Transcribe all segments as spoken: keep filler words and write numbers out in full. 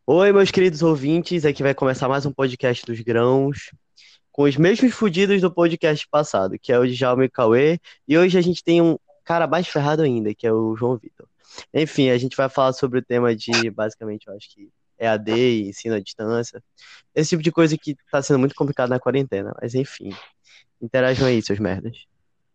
Oi, meus queridos ouvintes, aqui vai começar mais um podcast dos Grãos, com os mesmos fudidos do podcast passado, que é o Djalma e Cauê, e hoje a gente tem um cara mais ferrado ainda, que é o João Vitor. Enfim, a gente vai falar sobre o tema de, basicamente, eu acho que E A D e ensino à distância, esse tipo de coisa que tá sendo muito complicado na quarentena, mas enfim, interajam aí, seus merdas.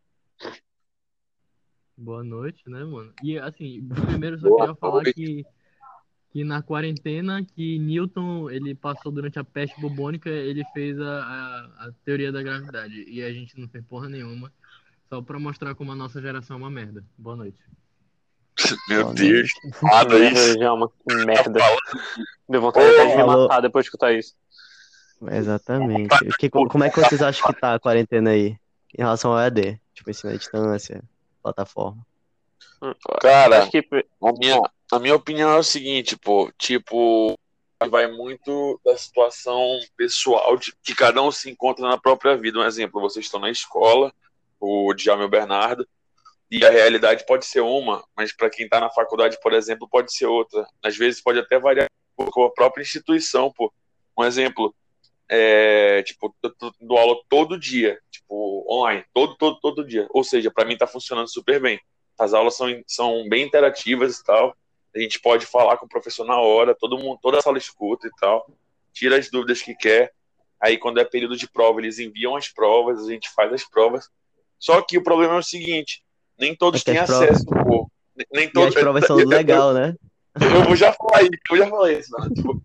Boa noite, né, mano? E assim, primeiro eu só Boa queria falar noite. que, que na quarentena que Newton ele passou durante a peste bubônica, ele fez a, a, a teoria da gravidade. E a gente não fez porra nenhuma, só pra mostrar como a nossa geração é uma merda. Boa noite. Meu Boa Deus, noite. Que nada merda, isso. Djalma, que Tá merda. falando. Deu vontade até de me Ô, Falou, matar depois de escutar isso. exatamente. O que, puta, como é que vocês acham que tá a quarentena aí, em relação ao E A D? Tipo, ensino à distância, plataforma. Hum, Acho cara, que. a minha, a minha opinião é o seguinte, pô, tipo, vai muito da situação pessoal de que cada um se encontra na própria vida. Um exemplo, vocês estão na escola, o Djalma e o Bernardo, e a realidade pode ser uma, mas para quem está na faculdade, por exemplo, pode ser outra. Às vezes pode até variar com a própria instituição, pô. Um exemplo, é, tipo, eu tô dando aula todo dia, tipo, online, todo, todo, todo dia. Ou seja, para mim tá funcionando super bem. As aulas são, são bem interativas e tal. A gente pode falar com o professor na hora, todo mundo, toda a sala escuta e tal. Tira as dúvidas que quer. Aí, quando é período de prova, eles enviam as provas, a gente faz as provas. Só que o problema é o seguinte: nem É todos que têm as provas. acesso, pô. Nem E as todo, provas são eu, eu, legal, né? eu vou já falar isso, eu já falei isso, mano. Tipo,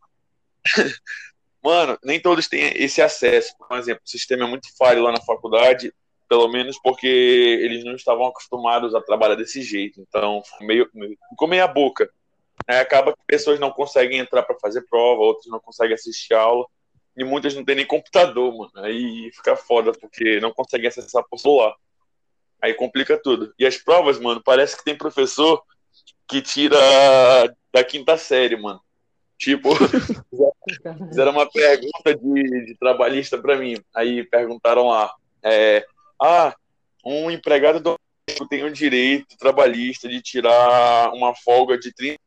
mano, nem todos têm esse acesso. Por exemplo, o sistema é muito falho lá na faculdade, pelo menos porque eles não estavam acostumados a trabalhar desse jeito. Então, meio, ficou meia boca. Aí acaba que pessoas não conseguem entrar para fazer prova, outras não conseguem assistir aula, e muitas não têm nem computador, mano. Aí fica foda, porque não conseguem acessar por celular. Aí complica tudo. E as provas, mano, parece que tem professor que tira da quinta série, mano. Tipo, fizeram uma pergunta de, de trabalhista para mim. Aí perguntaram lá: é, ah, um empregado doméstico tem o direito trabalhista de tirar uma folga de trinta.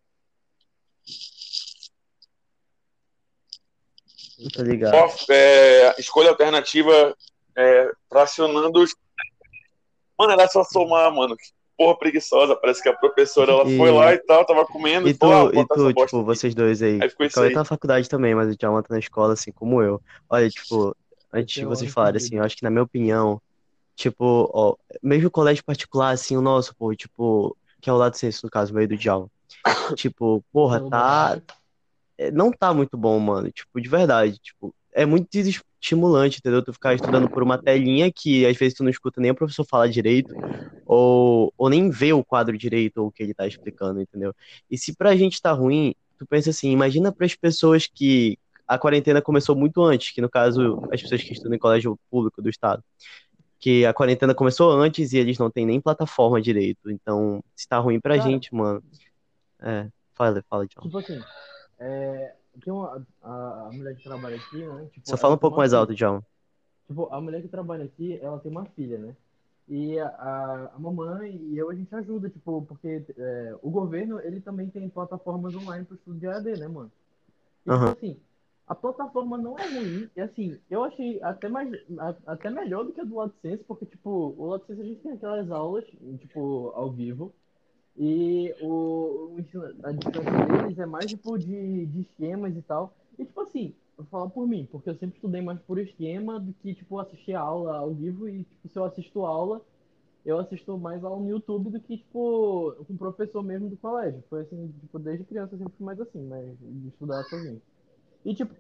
Tô ligado. Qual, é, escolha alternativa é, fracionando os. Mano, era só somar, mano. Que porra preguiçosa. Parece que a professora ela foi lá E, e tal, tava comendo e e falou: ah, tu, vou e botar essa tu, bosta tipo, aqui. vocês dois aí. Aí ficou O isso Cauê tá aí. na faculdade também, mas o Djalma tá na escola, assim como eu. Olha, tipo, antes de Esse é o vocês ano falarem, assim, fudido. eu acho que na minha opinião, tipo, ó, mesmo colégio particular, assim, o nosso, pô, tipo, que é o lado senso, no caso, meio do Djalma. Tipo, porra, Marcelo tá. Bonatti. é, não tá muito bom, mano. Tipo, de verdade. Tipo, é muito desestimulante, entendeu? Tu ficar estudando por uma telinha que às vezes tu não escuta nem o professor falar direito, ou, ou nem vê o quadro direito ou o que ele tá explicando, entendeu? E se pra gente tá ruim, tu pensa assim, imagina pras pessoas que a quarentena começou muito antes, que no caso, as pessoas que estudam em colégio público do estado, que a quarentena começou antes e eles não têm nem plataforma direito. Então, se tá ruim pra Cara, gente, mano, é, fala, fala, John. tipo assim, é, tem uma, a, a mulher que trabalha aqui, né? Só Tipo, fala ela um tem pouco uma mais alto, filha. John. Tipo, a mulher que trabalha aqui, ela tem uma filha, né? E a, a, a mamãe e eu, a gente ajuda, tipo, porque é, o governo, ele também tem plataformas online para estudo de E A D, né, mano? E, tipo Aham. assim, a plataforma não é ruim, e assim, eu achei até mais, a- até melhor do que a do AdSense, porque, tipo, o AdSense a gente tem aquelas aulas, tipo, ao vivo, e o, o ensino, a distância deles é mais tipo de, de esquemas e tal. E tipo assim, eu vou falar por mim, porque eu sempre estudei mais por esquema do que tipo assistir aula ao vivo e tipo, se eu assisto aula, eu assisto mais aula no YouTube do que tipo com o professor mesmo do colégio. Foi assim, tipo, desde criança eu sempre fui mais assim, mas de estudar sozinho. E tipo,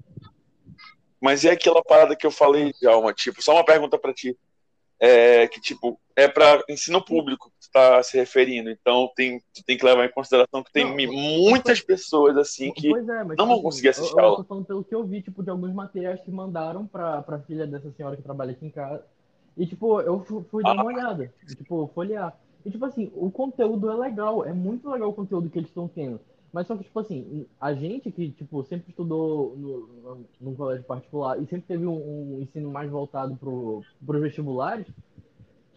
Mas é aquela parada que eu falei, ah, Djalma, tipo, só uma pergunta para ti. É, que tipo é para ensino público que tu está se referindo. Então tem, tu tem que levar em consideração que tem não, mas foi, muitas pessoas assim que pois é, mas não tipo vão assim, conseguir assistir eu, eu aula. tô falando pelo que eu vi, tipo, de alguns materiais que mandaram pra, pra filha dessa senhora que trabalha aqui em casa. E tipo, eu fu- fui dar uma Ah, olhada, e, tipo, folhear. E tipo assim, o conteúdo é legal, é muito legal o conteúdo que eles estão tendo. Mas só que, tipo assim, a gente que, tipo, sempre estudou no, no, num colégio particular e sempre teve um, um ensino mais voltado pro, pros vestibulares,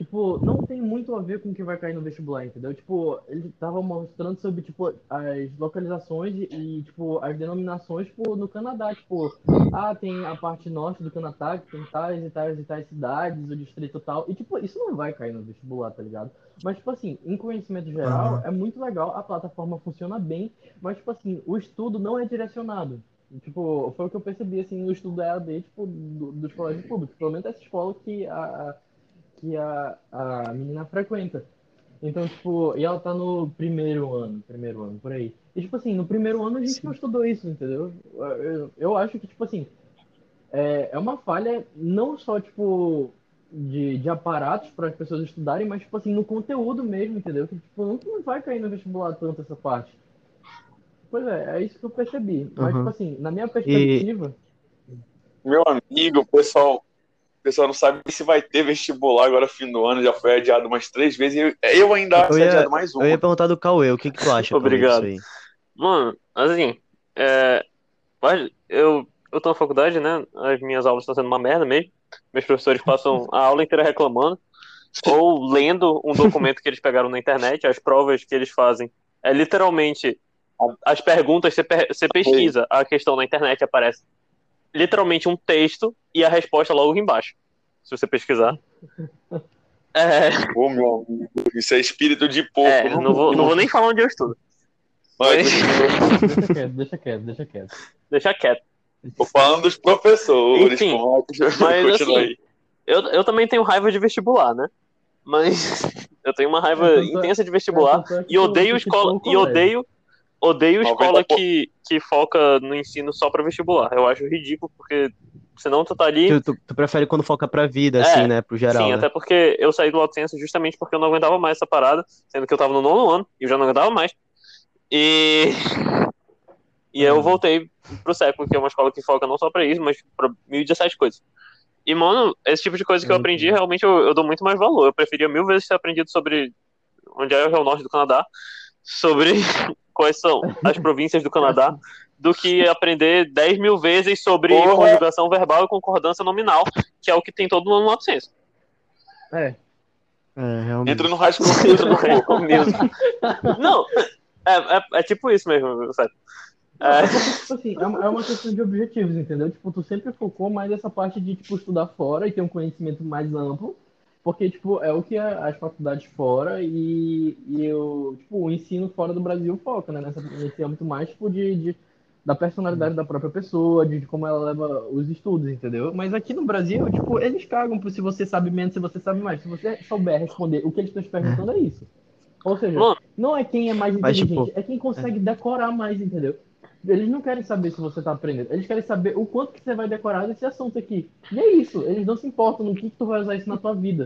tipo, não tem muito a ver com o que vai cair no vestibular, entendeu? Tipo, ele tava mostrando sobre, tipo, as localizações e, e, tipo, as denominações, tipo, no Canadá, tipo, ah, tem a parte norte do Canadá, que tem tais e tais e tais cidades, o distrito tal, e, tipo, isso não vai cair no vestibular, tá ligado? Mas, tipo assim, em conhecimento geral, Aham. é muito legal, a plataforma funciona bem, mas, tipo assim, o estudo não é direcionado. Tipo, foi o que eu percebi, assim, no estudo da E A D, tipo, do- dos colégios públicos. Pelo menos essa escola que a, que a, a menina frequenta. Então, tipo, e ela tá no primeiro ano, primeiro ano, por aí. E, tipo assim, no primeiro ano a gente não Sim. estudou isso, entendeu? Eu, eu, eu acho que, tipo assim, é, é uma falha não só, tipo, de, de aparatos para as pessoas estudarem, mas, tipo assim, no conteúdo mesmo, entendeu? Que, tipo, não, não vai cair no vestibular tanto essa parte. Pois é, é isso que eu percebi. Mas, tipo Aham. assim, na minha E perspectiva, Meu amigo, o pessoal, o pessoal não sabe se vai ter vestibular agora fim do ano, já foi adiado umas três vezes. Eu, eu ainda acho que eu ser ia, adiado mais eu ia uma. perguntar do Cauê, o que que tu acha, Cauê, disso Obrigado. aí? Mano, assim, é, mas eu, eu tô na faculdade, né? As minhas aulas estão sendo uma merda mesmo. Meus professores passam a aula inteira reclamando, ou lendo um documento que eles pegaram na internet, as provas que eles fazem. É literalmente as perguntas, você, per- você Ei, pesquisa a questão na internet, aparece literalmente um texto e a resposta logo embaixo. Se você pesquisar. É, ô, meu amigo, isso é espírito de porco, é no não vou, não mínimo. vou nem falar onde eu estudo. Vai, Mas continua. deixa quieto, deixa quieto, deixa quieto. deixa quieto. Tô falando dos professores, Enfim, pô. mas Continua assim, aí. eu, eu também tenho raiva de vestibular, né? Mas eu tenho uma É, raiva tanto é, intensa de é, vestibular tanto é que e tu, odeio tu escola citou o e colégio. odeio odeio noventa escola por... que, que foca no ensino só para vestibular. Eu acho ridículo porque senão tu tá ali, Tu, tu, tu prefere quando foca pra vida, assim, é, né, pro sim, geral, né? até porque eu saí do Lato Senso justamente porque eu não aguentava mais essa parada, sendo que eu tava no nono ano e eu já não aguentava mais. E e eu Aham. voltei pro século, que é uma escola que foca não só pra isso, mas pra mil e dezessete coisas. E, mano, esse tipo de coisa que eu Eu aprendi, entendo. realmente eu, eu dou muito mais valor. Eu preferia mil vezes ter aprendido sobre onde é o norte do Canadá, sobre quais são as províncias do Canadá, do que aprender dez mil vezes sobre Porra, conjugação verbal e concordância nominal, que é o que tem todo mundo no Lato Senso. É. É, entra no realmente. High School Entra no Musical, High pô. School Music. Não, é, é, é tipo isso mesmo, sabe? Não, É, é porque, tipo assim, é uma, é uma questão de objetivos, entendeu? Tipo, tu sempre focou mais essa parte de, tipo, estudar fora e ter um conhecimento mais amplo, porque, tipo, é o que a- as faculdades fora e, e o, tipo, o ensino fora do Brasil foca, né? Nessa, nesse âmbito mais, tipo, de, de- da personalidade da própria pessoa, de, de como ela leva os estudos, entendeu? Mas aqui no Brasil, tipo, eles cagam por se você sabe menos, se você sabe mais. Se você souber responder o que eles estão te perguntando, é isso. Ou seja, mano, não é quem é mais Mas, inteligente, tipo, é quem é, consegue decorar mais, entendeu? Eles não querem saber se você tá aprendendo, eles querem saber o quanto que você vai decorar desse assunto aqui. E é isso, eles não se importam no que, que tu vai usar isso na tua vida.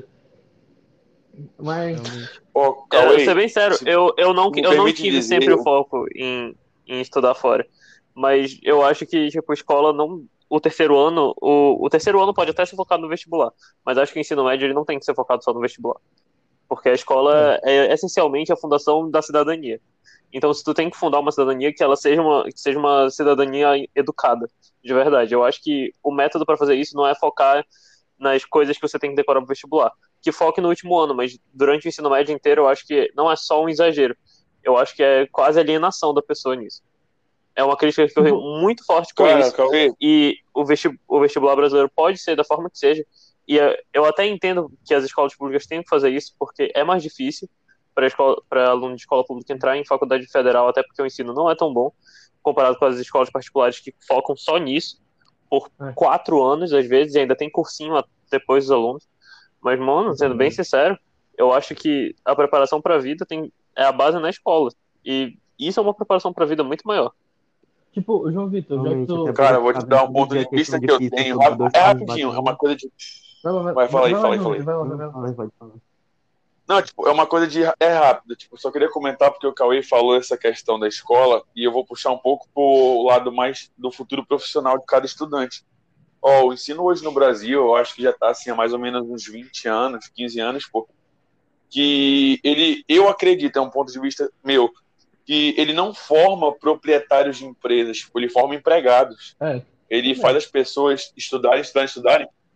Mas, realmente. Ó, é, ser Cauê, bem sério, se eu, eu, não, tu me eu não permite tive dizer, sempre o foco em, em estudar fora. Mas eu acho que, tipo, escola não. O terceiro ano, o, o terceiro ano pode até ser focado no vestibular, mas acho que o ensino médio ele não tem que ser focado só no vestibular. Porque a é, escola é essencialmente a fundação da cidadania. Então, se tu tem que fundar uma cidadania, que ela seja uma, que seja uma cidadania educada, de verdade. Eu acho que o método para fazer isso não é focar nas coisas que você tem que decorar pro vestibular. Que foque no último ano, mas durante o ensino médio inteiro eu acho que não é só um exagero. Eu acho que é quase alienação da pessoa nisso. É uma crítica que eu tenho tipo, muito forte com cara, isso. Cauê, E o vesti- o vestibular brasileiro pode ser da forma que seja. E eh, eu até entendo que as escolas públicas têm que fazer isso, porque é mais difícil para para aluno de escola pública entrar em faculdade federal, até porque o ensino não é tão bom, comparado com as escolas particulares que focam só nisso, por é, quatro anos, às vezes, e ainda tem cursinho a- depois dos alunos. Mas, mano, é sendo bem verdade. sincero, eu acho que a preparação para a vida tem, é a base na escola. E isso é uma preparação para a vida muito maior. Tipo, João Vitor, já que Realmente, até tu. porque cara, eu tu vou tá te vendo dar um todo ponto dia de a vista questão que eu difícil tenho. sobre dois É países rapidinho, é uma batendo. coisa de. Vai lá, vai, Vai, fala aí, vai lá, fala aí, João fala Vitor, aí. vai lá, vai Não, lá. fala, pode falar. Não, tipo, é uma coisa de. É rápido. Tipo, só queria comentar porque o Cauê falou essa questão da escola e eu vou puxar um pouco pro lado mais do futuro profissional de cada estudante. Ó, o ensino hoje no Brasil, eu acho que já está assim há mais ou menos uns vinte anos, quinze anos, pô, que ele, eu acredito, é um ponto de vista meu, que ele não forma proprietários de empresas, tipo, ele forma empregados. É, Ele faz também. as pessoas estudarem, estudarem, estudarem,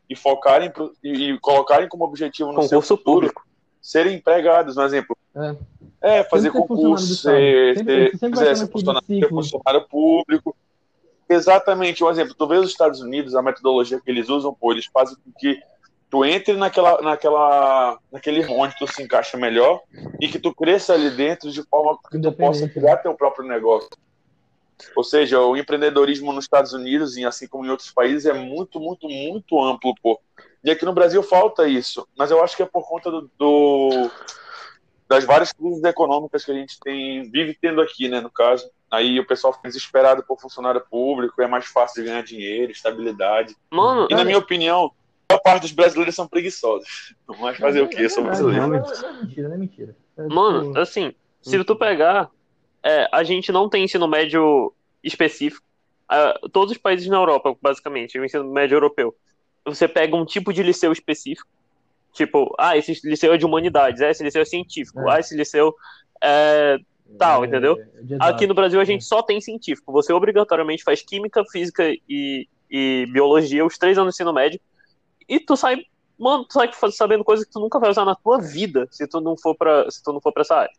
e focarem pro, e, e colocarem como objetivo no seu Concurso futuro público. serem empregados, um exemplo. É. É, fazer Sempre ser funcionário do concurso, Estado. ser, Sempre, ser, você sempre vai ser, estar ser naquele funcionário, ser ciclo. funcionário público. Exatamente, um exemplo. Tu vê os Estados Unidos, a metodologia que eles usam, pô, eles fazem com que tu entre naquela, naquela, naquele onde tu se encaixa melhor e que tu cresça ali dentro de forma que tu possa Independente, criar né? teu próprio negócio. Ou seja, o empreendedorismo nos Estados Unidos, e assim como em outros países, é muito, muito, muito amplo, pô. E aqui no Brasil falta isso. Mas eu acho que é por conta do, do- das várias crises econômicas que a gente tem, vive tendo aqui, né, no caso. Aí o pessoal fica desesperado por funcionário público, é mais fácil de ganhar dinheiro, estabilidade. Mano, E na minha opinião, a maior parte dos brasileiros são preguiçosos. Mas fazer É, o quê? é Eu sou verdade, brasileiro. não, não, não é mentira, não é mentira. É, mano, tipo, assim, se tu pegar, é, a gente não tem ensino médio específico. Ah, todos os países na Europa, basicamente, o ensino médio europeu. Você pega um tipo de liceu específico, tipo, ah, esse liceu é de humanidades, ah, esse liceu é científico, É. ah, esse liceu é tal, é, entendeu? de Aqui no exato. Brasil a É. gente só tem científico. Você obrigatoriamente faz química, física e, e biologia, os três anos do ensino médio, e tu sai, mano, tu sai sabendo coisas que tu nunca vai usar na tua vida se tu não for pra, se tu não for pra essa área.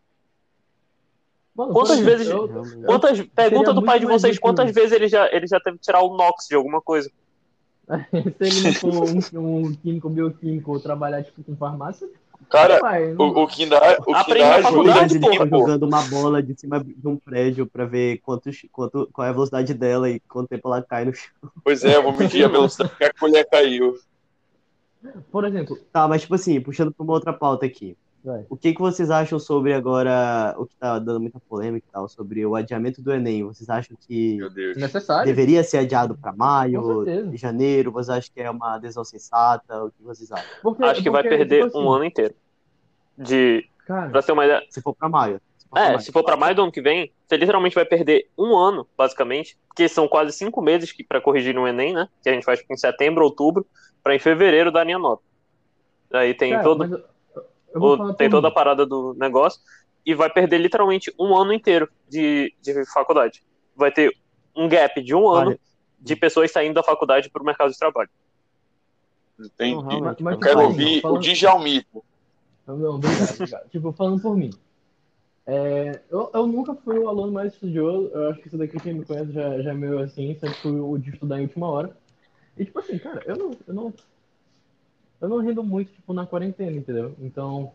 Mano, por Quantas exemplo, vezes. eu, Realmente. Quantas, eu pergunta seria do pai muito de mais vocês útil quantas vezes ele já, ele já teve que tirar o NOx de alguma coisa. se ele não for um, um químico bioquímico ou trabalhar tipo com farmácia, não Cara, vai. Não... o, o que dá, o que Aprende dá na ajuda O faculdade, sim, brasileiro porra. pô. jogando uma bola de cima de um prédio pra ver quantos, quanto, qual é a velocidade dela e quanto tempo ela cai no chão. Pois é, eu vou medir a velocidade que a colher caiu. Por exemplo, Tá, mas tipo assim, puxando pra uma outra pauta aqui. vai. O que que vocês acham sobre agora, o que tá dando muita polêmica e tal, sobre o adiamento do Enem? Vocês acham que Meu Deus. Necessário? deveria ser adiado para Com maio, certeza. janeiro? Vocês acham que é uma adesão sensata? O que vocês acham? Porque, Acho que vai porque, perder tipo um assim, ano inteiro. De. cara, Pra ter uma ideia. Se for para maio. Se for pra É, maio. se for pra maio do ano que vem, você literalmente vai perder um ano, basicamente, porque são quase cinco meses que, pra corrigir no Enem, né? Que a gente faz em setembro, outubro, pra em fevereiro darem a nota. Aí tem, cara, todo, mas eu, eu vou o, falar tem por toda a mim. parada do negócio e vai perder literalmente um ano inteiro de, de faculdade. Vai ter um gap de um ano Olha, de pessoas saindo da faculdade pro mercado de trabalho. Entendi. Não, realmente. Mas, mas, Eu tipo quero assim, ouvir falando- o Djalmito. Não, obrigado, obrigado. Tipo, falando por mim. É, eu, eu nunca fui o aluno mais estudioso. Eu acho que isso daqui, quem me conhece, já, já é meio assim. Sempre fui o de estudar em última hora. E, tipo assim, cara, eu não, eu não, eu não rendo muito, tipo, na quarentena, entendeu? Então,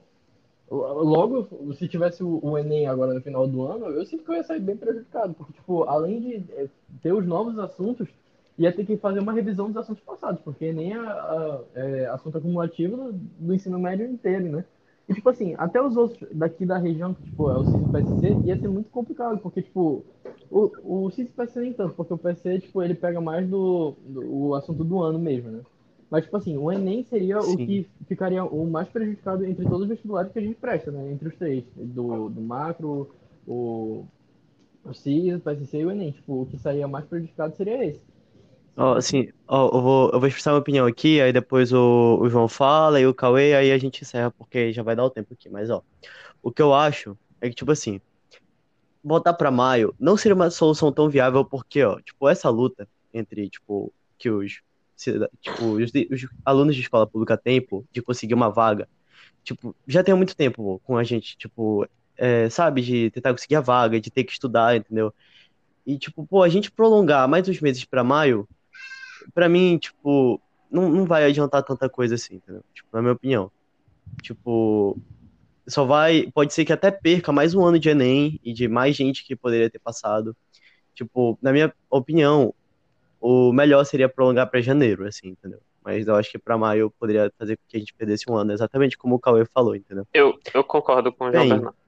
logo, se tivesse o, o Enem agora no final do ano, eu sinto que eu ia sair bem prejudicado. Porque, tipo, além de é, ter os novos assuntos, ia ter que fazer uma revisão dos assuntos passados. Porque Enem é, a- é assunto acumulativo do, do ensino médio inteiro, né? E, tipo assim, até os outros daqui da região, que, tipo, é o CIS e o P S C, ia ser muito complicado, porque, tipo, o, o CIS e o P S C nem tanto, porque o P S C, tipo, ele pega mais do, do o assunto do ano mesmo, né? Mas, tipo assim, o Enem seria o Sim. que ficaria o mais prejudicado entre todos os vestibulares que a gente presta, né? Entre os três, do, do macro, o, o CIS, o P S C e o Enem. Tipo, o que sairia mais prejudicado seria esse. ó, assim, ó, eu vou, eu vou expressar minha opinião aqui, aí depois o, o João fala e o Cauê, aí a gente encerra, porque já vai dar o tempo aqui. Mas, ó, o que eu acho é que, tipo assim, botar pra maio não seria uma solução tão viável, porque, ó, tipo, essa luta entre, tipo, que os, cida- tipo, os, de- os alunos de escola pública têm, pô, de conseguir uma vaga, tipo, já tem há muito tempo, pô, com a gente, tipo, é, sabe, de tentar conseguir a vaga, de ter que estudar, entendeu? E, tipo, pô, a gente prolongar mais uns meses pra maio, pra mim, tipo, não, não vai adiantar tanta coisa assim, entendeu? Tipo, na minha opinião. Tipo, só vai, pode ser que até perca mais um ano de Enem e de mais gente que poderia ter passado. Tipo, na minha opinião, o melhor seria prolongar pra janeiro, assim, entendeu? Mas eu acho que pra maio poderia fazer com que a gente perdesse um ano, exatamente como o Cauê falou, entendeu? Eu, eu concordo com o João Bem, Bernardo.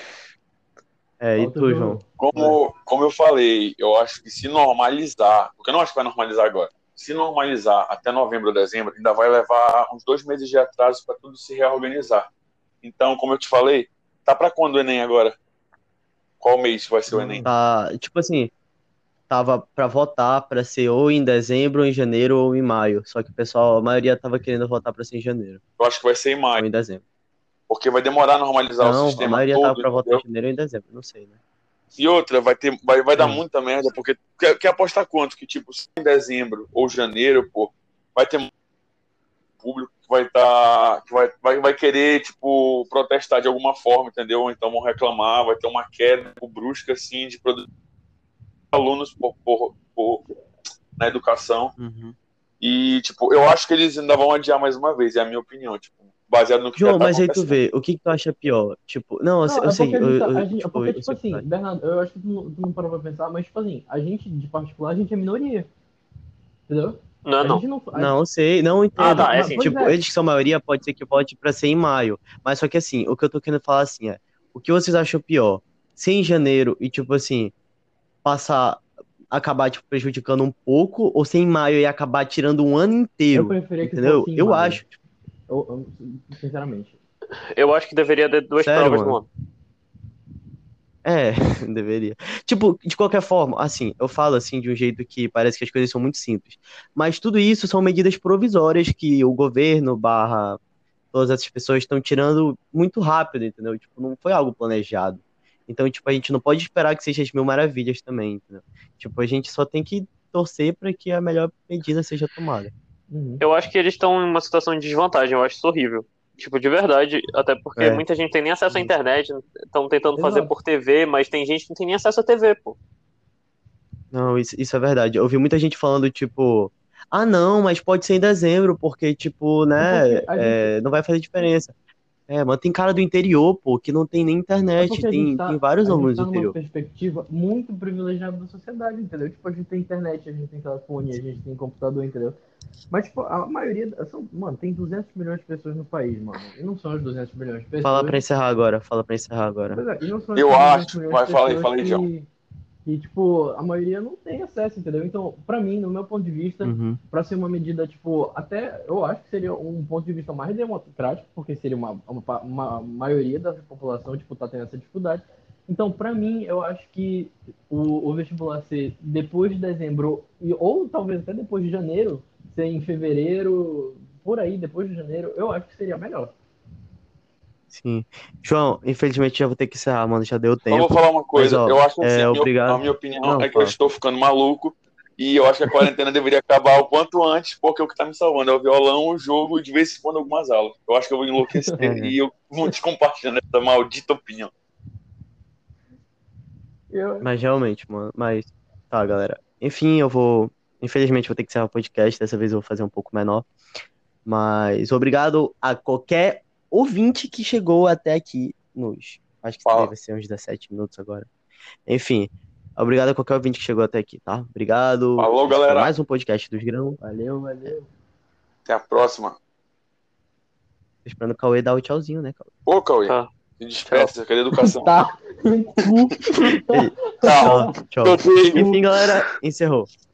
é, e Falta tu, o João? João. Como, como eu falei, eu acho que se normalizar, porque eu não acho que vai normalizar agora, se normalizar até novembro ou dezembro, ainda vai levar uns dois meses de atraso para tudo se reorganizar. Então, como eu te falei, tá para quando o Enem agora? Qual mês vai ser o Enem? Tá, tipo assim, tava pra votar pra ser ou em dezembro, ou em janeiro, ou em maio. Só que o pessoal, a maioria tava querendo votar pra ser em janeiro, Eu acho que vai ser em maio, ou em dezembro. porque vai demorar a normalizar o Não, a sistema maioria tava todo, pra votar em entendeu? janeiro ou em dezembro, não sei, né? E outra, vai ter, vai, vai dar Hum. muita merda, porque quer, quer apostar quanto? Que tipo, se em dezembro ou janeiro, pô, vai ter público que vai estar, que vai, vai, vai querer, tipo, protestar de alguma forma, entendeu? Então vão reclamar, vai ter uma queda tipo, brusca, assim, de produção de alunos por, por, por, na educação. Uhum. E, tipo, eu acho que eles ainda vão adiar mais uma vez, é a minha opinião, tipo, baseado no que já João, tá mas aí tu acontecendo. vê, o que que tu acha pior? Tipo, não, eu, Não, sei- eu é porque sei, a eu, gente, tá- eu- a gente, é tipo, porque, eu tipo sei o que tu assim, acha. Bernardo, eu acho que tu não, tu não parou pra pensar, mas, tipo assim, a gente, de particular, a gente é minoria, entendeu? Não, A não. gente não... A, Não, eu sei, não Ah, entendo. tá, é mas, assim. pois Tipo, é, eles que são maioria, pode ser que vote pra ser em maio. Mas só que assim, o que eu tô querendo falar assim é, o que vocês acham pior? Ser em janeiro e, tipo assim, passar, acabar, tipo, prejudicando um pouco, ou ser em maio e acabar tirando um ano eu inteiro? preferia que Entendeu? fosse em Eu maio, acho, tipo, eu, eu- sinceramente. Eu acho que deveria ter duas sério, provas no mano. ano. É, deveria. Tipo, de qualquer forma, assim, eu falo assim de um jeito que parece que as coisas são muito simples. Mas tudo isso são medidas provisórias que o governo barra todas essas pessoas estão tirando muito rápido, entendeu? Tipo, não foi algo planejado. Então, tipo, a gente não pode esperar que seja as mil maravilhas também, entendeu? Tipo, a gente só tem que torcer para que a melhor medida seja tomada. Uhum. Eu acho que eles estão em uma situação de desvantagem, eu acho isso horrível. Tipo, de verdade, até porque É. muita gente tem nem acesso à internet, estão tentando fazer Exato. por T V, mas tem gente que não tem nem acesso à T V, pô. Não, isso, isso é verdade. Eu ouvi muita gente falando, tipo, ah, não, mas pode ser em dezembro, porque, tipo, É porque né, a gente, é, não vai fazer diferença. É, mas tem cara do interior, pô, que não tem nem é internet, porque a gente tem, tem tá, vários a gente alunos do tá numa interior. perspectiva muito privilegiada da sociedade, entendeu? Tipo, a gente tem internet, a gente tem telefone, a gente tem computador, entendeu? Mas, tipo, a maioria, são, mano, tem duzentos milhões de pessoas no país, mano. E não são as duzentos milhões de Fala pra pessoas, encerrar agora, fala pra encerrar agora. pois é, e não são Eu essas duzentos acho, milhões de vai, falei, pessoas falei, João. que, que, tipo, a maioria não tem acesso, entendeu? Então, pra mim, no meu ponto de vista, Uhum. pra ser uma medida, tipo, até eu acho que seria um ponto de vista mais democrático, porque seria uma, uma, uma maioria da população, tipo, tá tendo essa dificuldade. Então, pra mim, eu acho que o, o vestibular ser depois de dezembro, e, ou talvez até depois de janeiro, ser em fevereiro, por aí, depois de janeiro, eu acho que seria melhor. Sim. João, infelizmente já vou ter que encerrar, mano, já deu Só vou tempo. falar uma Mas, coisa, ó, eu acho assim, é, a minha, a obrigado. minha opinião Não, é que eu fala. estou ficando maluco e eu acho que a quarentena deveria acabar o quanto antes, porque o que tá me salvando é o violão, o jogo e de vez em quando algumas aulas. Eu acho que eu vou enlouquecer É, e eu vou te compartilhando essa maldita opinião. Eu, mas realmente, mano, mas tá, galera. Enfim, eu vou, infelizmente vou ter que encerrar o podcast, dessa vez eu vou fazer um pouco menor. Mas obrigado a qualquer ouvinte que chegou até aqui nos, acho que Fala. deve ser uns dezessete minutos agora. Enfim, obrigado a qualquer ouvinte que chegou até aqui, tá? Obrigado. Falou, Esse foi galera. mais um podcast dos Grão. valeu, valeu. Até a próxima. Tô esperando o Cauê dar o tchauzinho, né, Cauê? Ô, Cauê, Tá. se despeça, cadê a educação? Tá. Cu. Ei, Tchau. tchau, tchau. Tchau. Enfim, galera, encerrou.